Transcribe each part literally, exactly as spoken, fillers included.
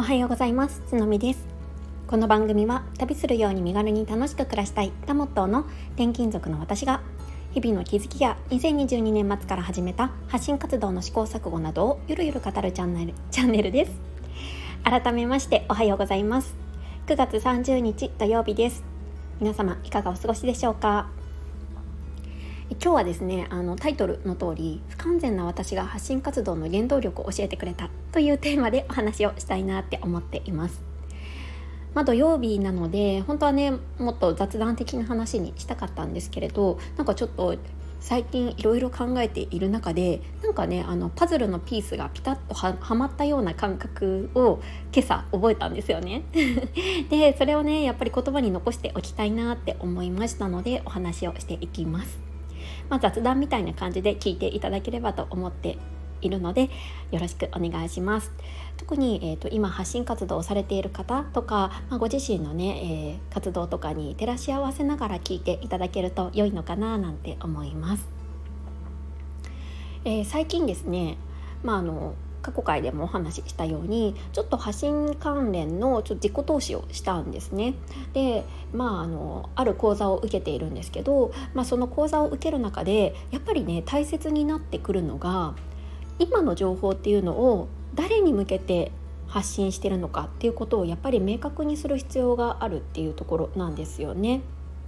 はようございます。つのみです。この番組は旅するように身軽に楽しく暮らしたいがモットーの転勤族の私が日々の気づきやにせんにじゅうにねん末から始めた発信活動の試行錯誤などをゆるゆる語るチャンネル、チャンネルです。改めましておはようございます。くがつさんじゅうにち土曜日です。皆様いかがお過ごしでしょうか。今日はですね、あのタイトルの通り不完全な私が発信活動の原動力を教えてくれたというテーマでお話をしたいなって思っています。まあ、土曜日なので本当はねもっと雑談的な話にしたかったんですけれど、なんかちょっと最近いろいろ考えている中でなんかねあのパズルのピースがピタッと は, はまったような感覚を今朝覚えたんですよねでそれをねやっぱり言葉に残しておきたいなって思いましたのでお話をしていきます。まあ、雑談みたいな感じで聞いていただければと思っているのでよろしくお願いします。特に、えーと、今発信活動をされている方とか、まあ、ご自身のね、えー、活動とかに照らし合わせながら聞いていただけると良いのかななんて思います。えー、最近ですね、まああの過去回でもお話ししたようにちょっと発信関連のちょっと自己投資をしたんですね。で、まあ、あのある講座を受けているんですけど、まあ、その講座を受ける中でやっぱりね大切になってくるのが今の情報っていうのを誰に向けて発信しているのかっていうことをやっぱり明確にする必要があるっていうところなんですよね。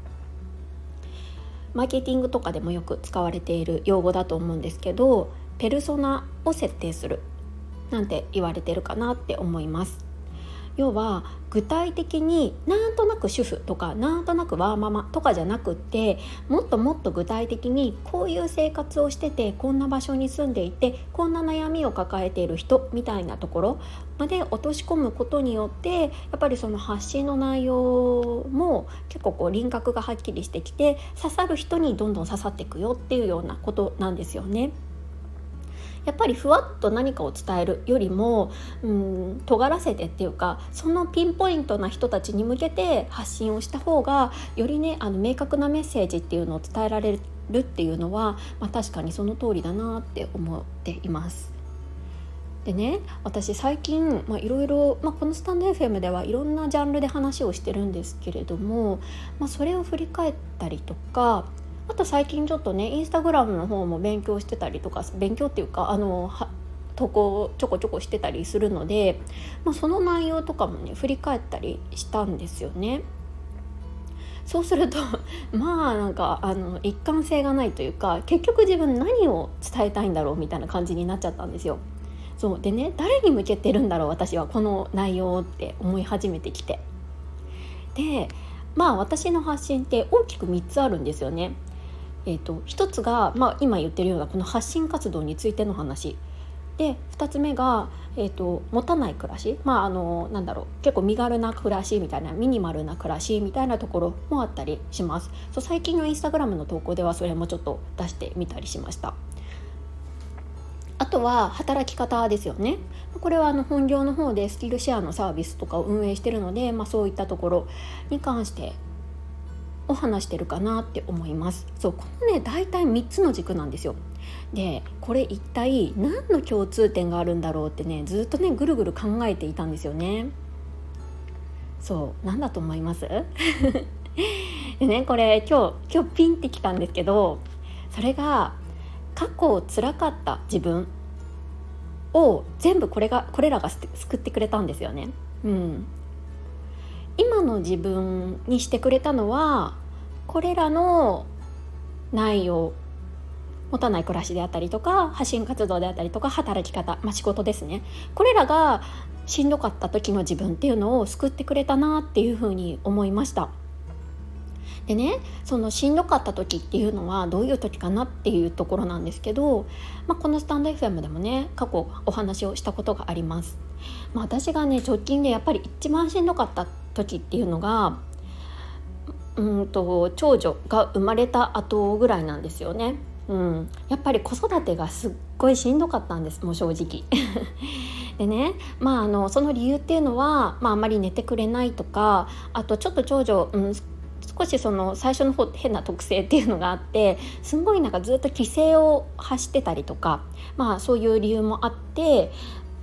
マーケティングとかでもよく使われている用語だと思うんですけど、ペルソナを設定するなんて言われてるかなって思います。要は具体的になんとなく主婦とかなんとなくワーママとかじゃなくって、もっともっと具体的にこういう生活をしててこんな場所に住んでいてこんな悩みを抱えている人みたいなところまで落とし込むことによってやっぱりその発信の内容も結構こう輪郭がはっきりしてきて刺さる人にどんどん刺さっていくよっていうようなことなんですよね。やっぱりふわっと何かを伝えるよりもうん尖らせてっていうかそのピンポイントな人たちに向けて発信をした方がよりねあの明確なメッセージっていうのを伝えられるっていうのは、まあ、確かにその通りだなって思っています。でね、私最近いろいろこのスタンド エフエム ではいろんなジャンルで話をしてるんですけれども、まあ、それを振り返ったりとかあと最近ちょっとねインスタグラムの方も勉強してたりとか勉強っていうかあのは投稿をちょこちょこしてたりするので、まあ、その内容とかもね振り返ったりしたんですよね。そうするとまあなんかあの一貫性がないというか結局自分何を伝えたいんだろうみたいな感じになっちゃったんですよ。そうでね、誰に向けてるんだろう私はこの内容って思い始めてきて、でまあ私の発信って大きくみっつあるんですよね。えーと、ひとつが、まあ、今言ってるようなこの発信活動についての話で、ふたつめが、えーと、持たない暮らし、まああのなんだろう結構身軽な暮らしみたいなミニマルな暮らしみたいなところもあったりします。そう最近のインスタグラムの投稿ではそれもちょっと出してみたりしました。あとは働き方ですよね。これはあの本業の方でスキルシェアのサービスとかを運営しているので、まあ、そういったところに関してを話してるかなって思います。そうこのね大体みっつの軸なんですよ。でこれ一体何の共通点があるんだろうってねずっとねぐるぐる考えていたんですよね。そう何だと思いますでねこれ今日今日ピンってきたんですけど、それが過去辛かった自分を全部これがこれらが救ってくれたんですよね。うん今の自分にしてくれたのはこれらの内容、持たない暮らしであったりとか発信活動であったりとか働き方、まあ、仕事ですね。これらがしんどかった時の自分っていうのを救ってくれたなっていうふうに思いました。でね、そのしんどかった時っていうのはどういう時かなっていうところなんですけど、まあ、このスタンド エフエム でもね過去お話をしたことがあります。まあ、私がね直近でやっぱり一番しんどかった時っていうのがうんと長女が生まれた後ぐらいなんですよね。うん、やっぱり子育てがすっごいしんどかったんです、もう正直でね、まあ、あのその理由っていうのは、まあ、あまり寝てくれないとか、あとちょっと長女、うん、少しその最初の方変な特性っていうのがあってすごいなんかずっと規制を発してたりとか、まあ、そういう理由もあって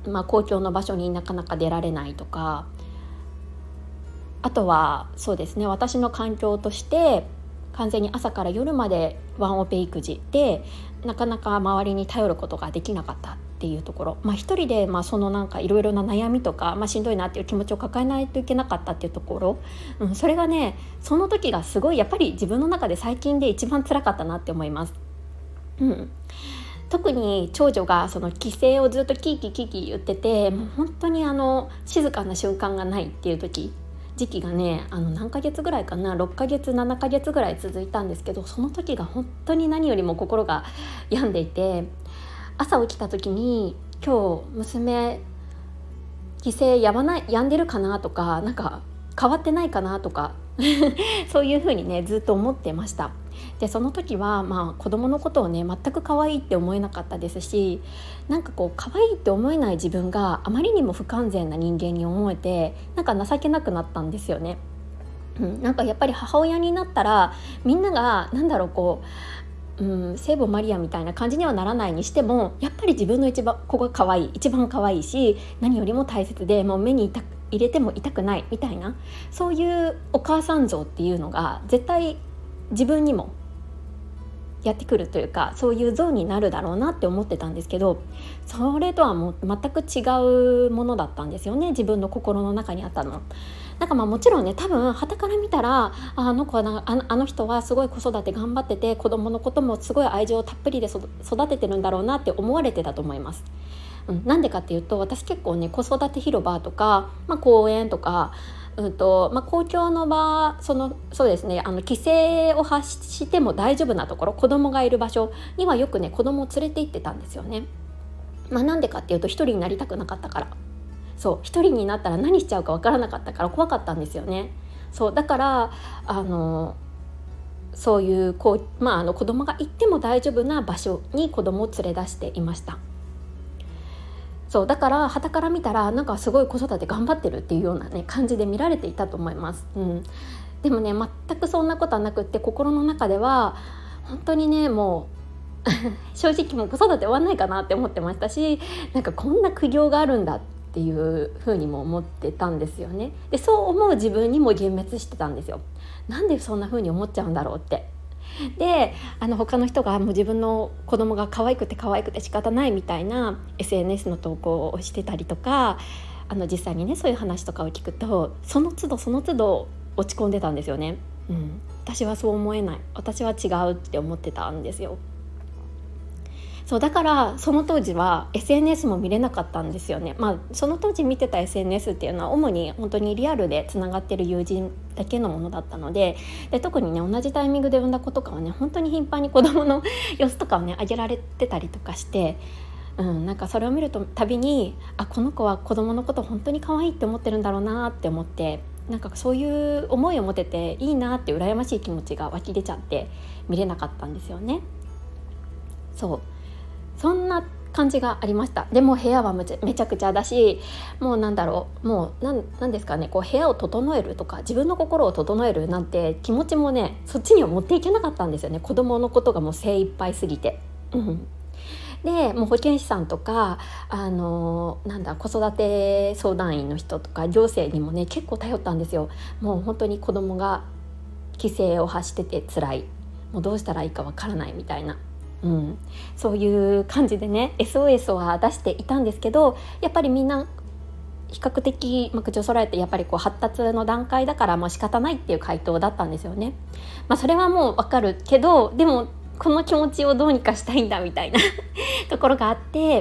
まあ、公共の場所になかなか出られないとか、あとはそうですね、私の環境として完全に朝から夜までワンオペ育児で、なかなか周りに頼ることができなかったっていうところ、まあ、一人でまあそのなんかいろいろな悩みとか、まあ、しんどいなっていう気持ちを抱えないといけなかったっていうところ、うん、それがね、その時がすごいやっぱり自分の中で最近で一番辛かったなって思います。うん、特に長女がその帰省をずっとキーキーキーキー言ってて、もう本当にあの静かな瞬間がないっていう時時期がね、あの何ヶ月ぐらいかな、ろっかげつななかげつぐらい続いたんですけど、その時が本当に何よりも心が病んでいて、朝起きた時に今日娘帰省やまない病んでるかなとか、なんか変わってないかなとかそういう風にねずっと思ってました。でその時はまあ子供のことをね全く可愛いって思えなかったですし、なんかこう可愛いって思えない自分があまりにも不完全な人間に思えて、なんか情けなくなったんですよね。うん、なんかやっぱり母親になったらみんながなんだろうこう、うん、聖母マリアみたいな感じにはならないにしても、やっぱり自分の一番ここが可愛い一番可愛いし、何よりも大切で、もう目に痛く入れても痛くないみたいな、そういうお母さん像っていうのが絶対自分にもやってくるというか、そういう像になるだろうなって思ってたんですけど、それとはもう全く違うものだったんですよね、自分の心の中にあったの。なんかまあもちろんね、多分傍から見たら あ, あの子はな あ, あの人はすごい子育て頑張ってて、子供のこともすごい愛情たっぷりでそ育ててるんだろうなって思われてたと思います。うん、なんでかっていうと、私結構ね子育て広場とか、まあ、公園とか、うんとまあ、公共の場、そのそうですね、あの規制を発しても大丈夫なところ、子供がいる場所にはよくね子供を連れて行ってたんですよね。まあ、なんでかっていうと、一人になりたくなかったから。そう一人になったら何しちゃうか分からなかったから怖かったんですよね。そうだからあのそういうこう、まあ、あの子供が行っても大丈夫な場所に子供を連れ出していました。そうだから傍から見たらなんかすごい子育て頑張ってるっていうような、ね、感じで見られていたと思います。うん、でもね全くそんなことはなくって、心の中では本当にねもう正直もう子育て終わんないかなって思ってましたし、なんかこんな苦行があるんだっていう風にも思ってたんですよね。でそう思う自分にも幻滅してたんですよ。なんでそんな風に思っちゃうんだろうって。であの他の人がもう自分の子供が可愛くて可愛くて仕方ないみたいな エスエヌエス の投稿をしてたりとか、あの実際にねそういう話とかを聞くと、その都度その都度落ち込んでたんですよね。うん、私はそう思えない、私は違うって思ってたんですよ。そうだからその当時は エスエヌエス も見れなかったんですよね。まあその当時見てた エスエヌエス っていうのは主に本当にリアルでつながってる友人だけのものだったので、で特にね同じタイミングで産んだ子とかはね本当に頻繁に子供の様子とかをね上げられてたりとかして、うん、なんかそれを見るとたびに、あこの子は子供のこと本当に可愛いって思ってるんだろうなって思って、なんかそういう思いを持てていいなって羨ましい気持ちが湧き出ちゃって見れなかったんですよね。そうそんな感じがありました。でも部屋はめちゃめちゃくちゃだし、もうなんだろうもうなんなんですかね、こう部屋を整えるとか自分の心を整えるなんて気持ちもねそっちには持っていけなかったんですよね。子供のことがもう精一杯すぎて、うん、でもう保健師さんとかあのなんだ子育て相談員の人とか行政にもね結構頼ったんですよ。もう本当に子供が規制を発してて辛い、もうどうしたらいいかわからないみたいな、うん、そういう感じでね エスオーエス は出していたんですけど、やっぱりみんな比較的、まあ、口を揃えてやっぱりこう発達の段階だからもう仕方ないっていう回答だったんですよね。まあ、それはもうわかるけど、でもこの気持ちをどうにかしたいんだみたいなところがあって、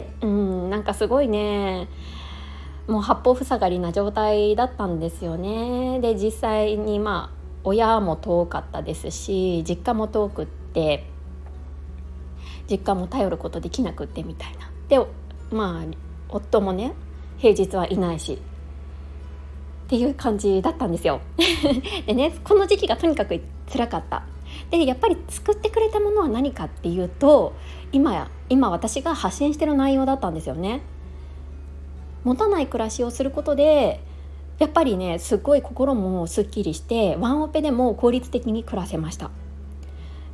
うん、なんかすごいねもう八方塞がりな状態だったんですよね。で実際にまあ親も遠かったですし、実家も遠くって実家も頼ることできなくってみたいな。でまあ夫もね平日はいないしっていう感じだったんですよでねこの時期がとにかく辛かった。でやっぱり作ってくれたものは何かっていうと、今や今私が発信してる内容だったんですよね。持たない暮らしをすることでやっぱりねすっごい心もすっきりして、ワンオペでも効率的に暮らせました。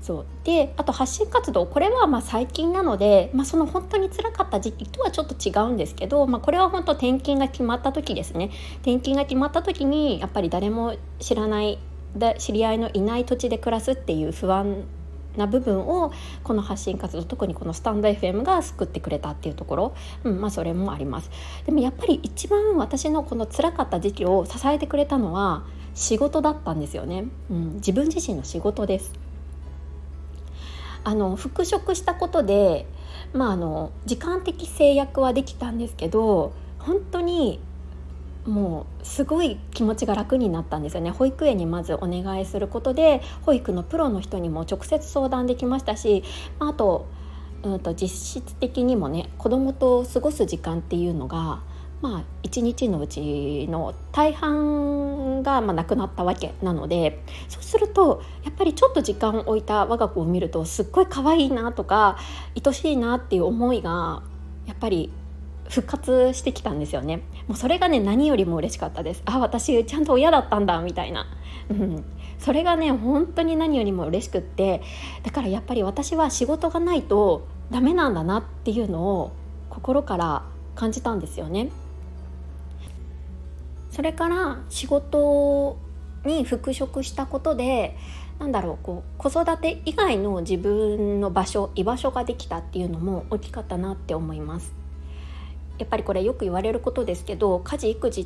そうで、あと発信活動、これはまあ最近なので、まあ、その本当に辛かった時期とはちょっと違うんですけど、まあ、これは本当転勤が決まった時ですね。転勤が決まった時にやっぱり誰も知らないだ知り合いのいない土地で暮らすっていう不安な部分をこの発信活動、特にこのスタンド エフエム が救ってくれたっていうところ、うんまあ、それもあります。でもやっぱり一番私のこの辛かった時期を支えてくれたのは仕事だったんですよね、うん、自分自身の仕事です。あの復職したことで、まあ、あの時間的制約はできたんですけど、本当にもうすごい気持ちが楽になったんですよね。保育園にまずお願いすることで保育のプロの人にも直接相談できましたし、あと、うんと実質的にもね、子どもと過ごす時間っていうのがまあ、いちにちのうちの大半がまあなくなったわけなので、そうするとやっぱりちょっと時間を置いた我が子を見るとすっごい可愛いなとか愛しいなっていう思いがやっぱり復活してきたんですよね。もうそれがね、何よりも嬉しかったです。あ、私ちゃんと親だったんだみたいな、うん、それがね本当に何よりも嬉しくって、だからやっぱり私は仕事がないとダメなんだなっていうのを心から感じたんですよね。それから仕事に復職したことで、なんだろう、こう子育て以外の自分の場所、居場所ができたっていうのも大きかったなって思います。やっぱりこれよく言われることですけど、家事育児って、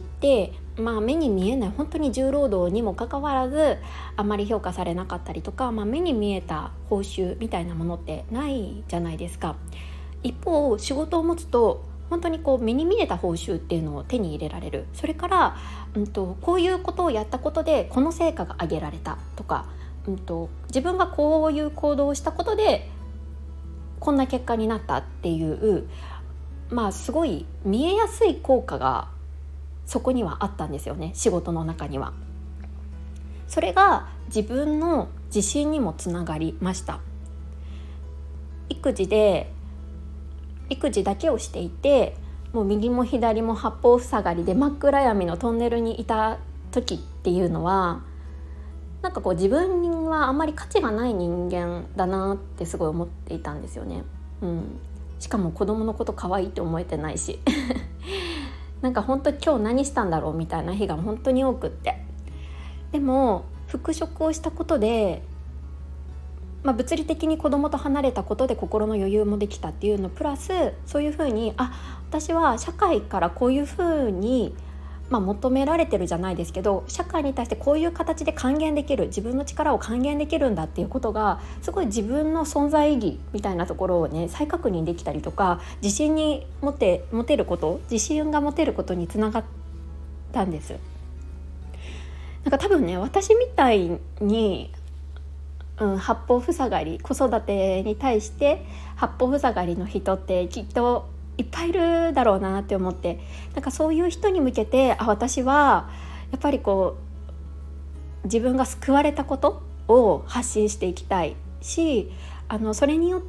まあ、目に見えない本当に重労働にもかかわらずあまり評価されなかったりとか、まあ、目に見えた報酬みたいなものってないじゃないですか。一方仕事を持つと本当にこう目に見えた報酬っていうのを手に入れられる。それから、うんと、こういうことをやったことでこの成果が上げられたとか、うんと、自分がこういう行動をしたことでこんな結果になったっていう、まあすごい見えやすい効果がそこにはあったんですよね、仕事の中には。それが自分の自信にもつながりました。育児で育児だけをしていて、もう右も左も八方塞がりで真っ暗闇のトンネルにいた時っていうのは、なんかこう自分はあんまり価値がない人間だなってすごい思っていたんですよね、うん、しかも子供のこと可愛いって思えてないしなんか本当今日何したんだろうみたいな日が本当に多くって、でも復職をしたことで、まあ、物理的に子供と離れたことで心の余裕もできたっていうのプラス、そういうふうに、あ、私は社会からこういうふうに、まあ、求められてるじゃないですけど、社会に対してこういう形で還元できる、自分の力を還元できるんだっていうことがすごい自分の存在意義みたいなところをね再確認できたりとか、自信に持て、持てること、自信が持てることにつながったんです。なんか多分ね、私みたいにうん、八方塞がり、子育てに対して八方塞がりの人ってきっといっぱいいるだろうなって思って、なんかそういう人に向けて、あ、私はやっぱりこう自分が救われたことを発信していきたいし、あのそれによって、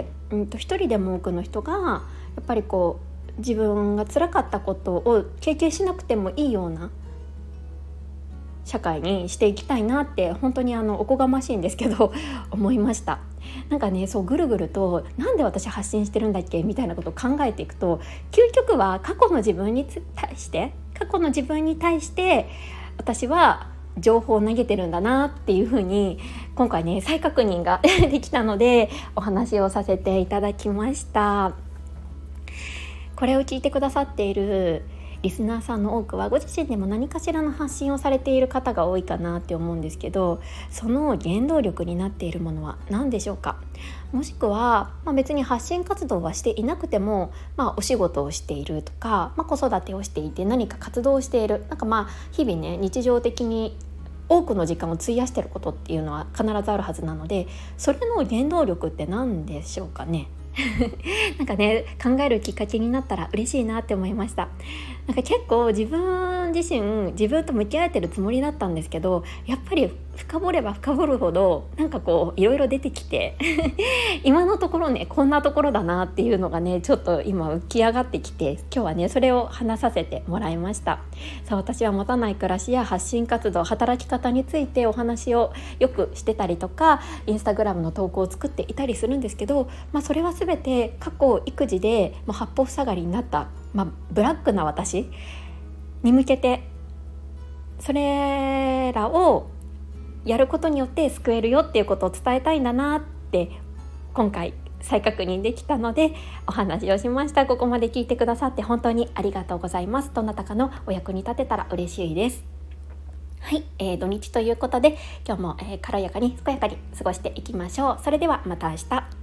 うん、と一人でも多くの人がやっぱりこう自分が辛かったことを経験しなくてもいいような社会にしていきたいなって、本当にあのおこがましいんですけど思いました。なんかね、そうぐるぐるとなんで私発信してるんだっけみたいなことを考えていくと、究極は過去の自分に対して過去の自分に対して私は情報を投げてるんだなっていうふうに今回ね再確認ができたのでお話をさせていただきました。これを聞いてくださっているリスナーさんの多くはご自身でも何かしらの発信をされている方が多いかなって思うんですけど、その原動力になっているものは何でしょうか。もしくは、まあ、別に発信活動はしていなくても、まあ、お仕事をしているとか、まあ、子育てをしていて何か活動をしている、なんかまあ日々ね日常的に多くの時間を費やしていることっていうのは必ずあるはずなので、それの原動力って何でしょうかねなんかね考えるきっかけになったら嬉しいなって思いました。 なんか結構自分自身自分と向き合えてるつもりだったんですけど、やっぱり深掘れば深掘るほどなんかこういろいろ出てきて今のところねこんなところだなっていうのがねちょっと今浮き上がってきて、今日はねそれを話させてもらいました。さあ、私は持たない暮らしや発信活動、働き方についてお話をよくしてたりとか、インスタグラムの投稿を作っていたりするんですけど、まあ、それは全て過去育児でもう八方塞がりになった、まあ、ブラックな私に向けて、それらをやることによって救えるよっていうことを伝えたいんだなって今回再確認できたのでお話をしました。ここまで聞いてくださって本当にありがとうございます。どなたかのお役に立てたら嬉しいです。はい、えー、土日ということで今日も、えー、軽やかに健やかに過ごしていきましょう。それではまた明日。